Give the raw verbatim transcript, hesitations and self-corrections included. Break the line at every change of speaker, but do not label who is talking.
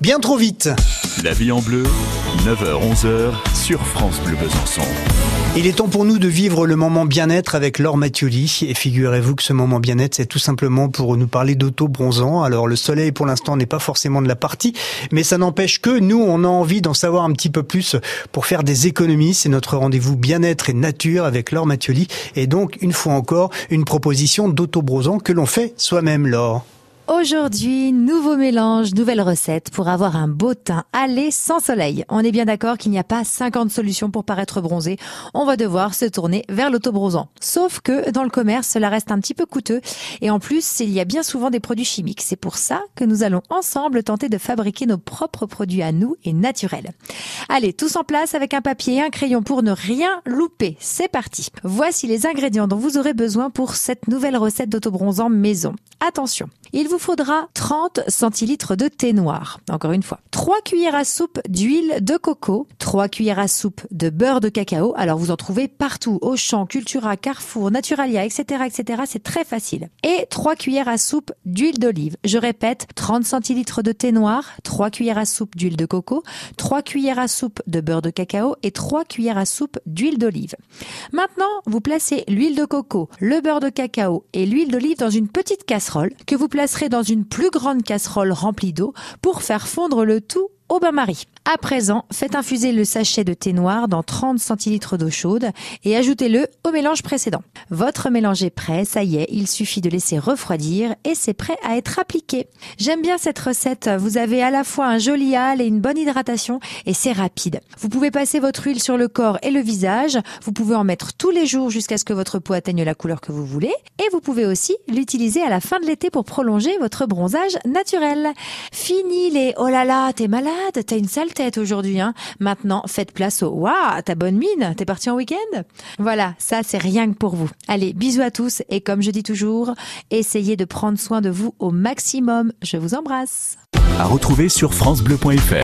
Bien trop vite.
La vie en bleu, neuf heures onze heures sur France Bleu Besançon.
Il est temps pour nous de vivre le moment bien-être avec Laure Mathioli. Et figurez-vous que ce moment bien-être, c'est tout simplement pour nous parler d'auto-bronzant. Alors le soleil pour l'instant n'est pas forcément de la partie, mais ça n'empêche que nous, on a envie d'en savoir un petit peu plus pour faire des économies. C'est notre rendez-vous bien-être et nature avec Laure Mathioli. Et donc, une fois encore, une proposition d'auto-bronzant que l'on fait soi-même, Laure.
Aujourd'hui, nouveau mélange, nouvelle recette pour avoir un beau teint allé sans soleil. On est bien d'accord qu'il n'y a pas cinquante solutions pour paraître bronzé. On va devoir se tourner vers l'auto-bronzant. Sauf que dans le commerce, cela reste un petit peu coûteux. Et en plus, il y a bien souvent des produits chimiques. C'est pour ça que nous allons ensemble tenter de fabriquer nos propres produits à nous et naturels. Allez, tous en place avec un papier et un crayon pour ne rien louper. C'est parti. Voici les ingrédients dont vous aurez besoin pour cette nouvelle recette d'auto-bronzant maison. Attention, il vous faudra trente centilitres de thé noir. Encore une fois, trois cuillères à soupe d'huile de coco, trois cuillères à soupe de beurre de cacao. Alors vous en trouvez partout, Auchan, Cultura, Carrefour, Naturalia, et cetera, et cetera. C'est très facile. Et trois cuillères à soupe d'huile d'olive. Je répète, trente centilitres de thé noir, trois cuillères à soupe d'huile de coco, trois cuillères à soupe de beurre de cacao et trois cuillères à soupe d'huile d'olive. Maintenant, vous placez l'huile de coco, le beurre de cacao et l'huile d'olive dans une petite casserole que vous placerez dans une plus grande casserole remplie d'eau pour faire fondre le tout au bain-marie. À présent, faites infuser le sachet de thé noir dans trente centilitres d'eau chaude et ajoutez-le au mélange précédent. Votre mélange est prêt, ça y est, il suffit de laisser refroidir et c'est prêt à être appliqué. J'aime bien cette recette, vous avez à la fois un joli hâle et une bonne hydratation et c'est rapide. Vous pouvez passer votre huile sur le corps et le visage, vous pouvez en mettre tous les jours jusqu'à ce que votre peau atteigne la couleur que vous voulez et vous pouvez aussi l'utiliser à la fin de l'été pour prolonger votre bronzage naturel. Fini les « oh là là, t'es malade, t'as une sale tête aujourd'hui, hein. Maintenant, faites place au waouh, t'as bonne mine, t'es parti en week-end. Voilà, ça c'est rien que pour vous. Allez, bisous à tous et comme je dis toujours, essayez de prendre soin de vous au maximum. Je vous embrasse.
À retrouver sur francebleu point fr.